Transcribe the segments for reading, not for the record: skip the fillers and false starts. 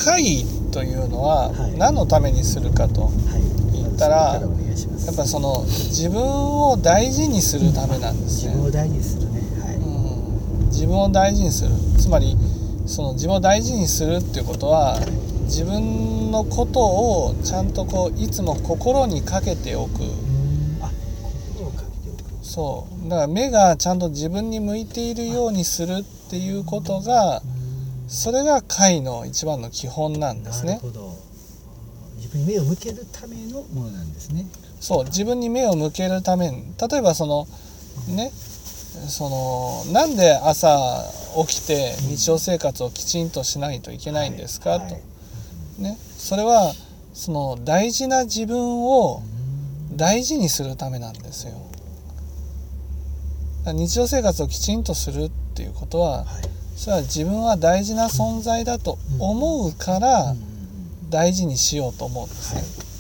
会というのは何のためにするかと言ったら、やっぱその自分を大事にするためなんですね。 自分を大事にするね、 自分を大事にする、つまりその自分を大事にするっていうことは、自分のことをちゃんとこういつも心にかけておく。 心をかけておく。 そうだから目がちゃんと自分に向いているようにするっていうことが、それが会の一番の基本なんですね。 なるほど。自分に目を向けるためのものなんですね。 そう自分に目を向けるために、例えばそのね、なんで朝起きて日常生活をきちんとしないといけないんですか、とね、それはその大事な自分を大事にするためなんですよ。日常生活をきちんとするっていうことは、それは自分は大事な存在だと思うから大事にしようと思うんですね。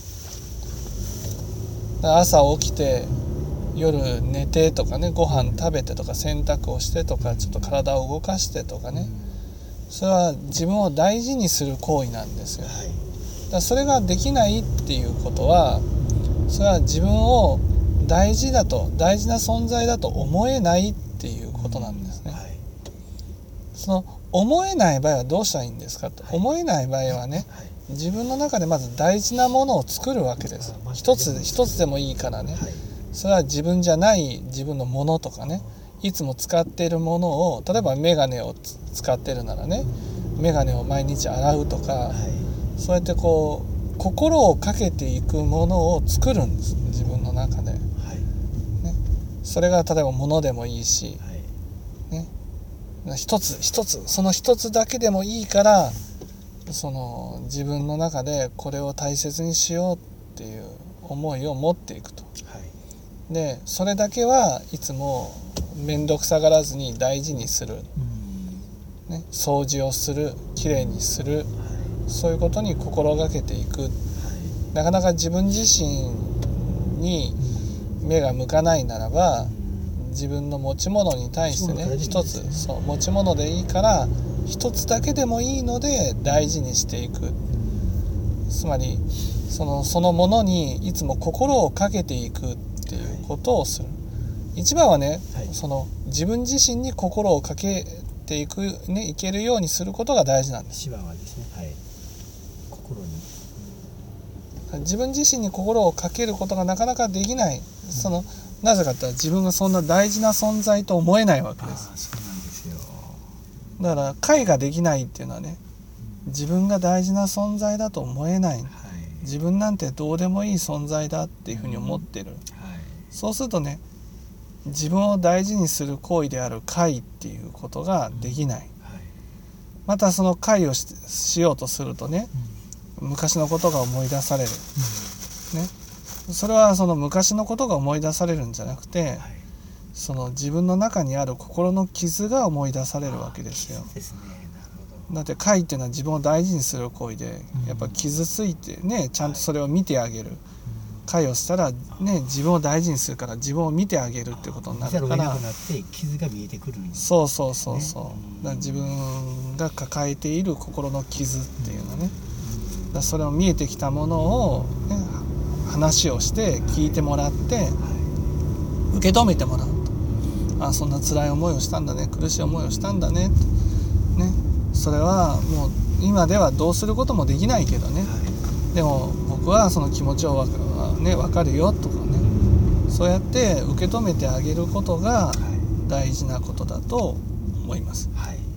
だから朝起きて夜寝てとかね、ご飯食べてとか洗濯をしてとか、ちょっと体を動かしてとかね、それは自分を大事にする行為なんですよ。だからそれができないっていうことは、それは自分を大事だと、大事な存在だと思えないっていうことなんですね。その思えない場合はどうしたらいいんですかと。思えない場合はね、自分の中でまず大事なものを作るわけです。一つでもいいからね、それは自分じゃない自分のものとかね、いつも使っているものを、例えばメガネを使ってるならね、メガネを毎日洗うとか、そうやってこう心をかけていくものを作るんです、自分の中で、ね、それが例えば物でもいいし、ね、一つその一つだけでもいいから、その自分の中でこれを大切にしようっていう思いを持っていくと。でそれだけはいつも面倒くさがらずに大事にする、ね、掃除をする、きれいにする、そういうことに心がけていく。なかなか自分自身に目が向かないならば、自分の持ち物に対してね、一つ、そう持ち物でいいから一つだけでもいいので大事にしていく。つまりそのものにいつも心をかけていくっていうことをする。一番はね、その自分自身に心をかけていくね、いけるようにすることが大事なんです。 一番はですね、心に、 自分自身に心をかけることがなかなかできない。なぜかって自分がそんな大事な存在と思えないわけです。 そうなんですよ。 だから会ができないっていうのはね、自分が大事な存在だと思えない、自分なんてどうでもいい存在だっていうふうに思ってる、そうするとね、自分を大事にする行為である会っていうことができない、またその会を しようとするとね、昔のことが思い出される、ね、それはその昔のことが思い出されるんじゃなくて、その自分の中にある心の傷が思い出されるわけですよ。だって会っていうのは自分を大事にする行為で、やっぱ傷ついてね、ちゃんとそれを見てあげる、会をしたらね、自分を大事にするから自分を見てあげるってことになるから、 傷が見えてくるんです、 そうだから自分が抱えている心の傷っていうのね、だそれを見えてきたものを、ね、話をして聞いてもらって、受け止めてもらうと。そんな辛い思いをしたんだね、苦しい思いをしたんだね、ね、それはもう今ではどうすることもできないけどね、でも僕はその気持ちを分かるよとかね、そうやって受け止めてあげることが大事なことだと思います。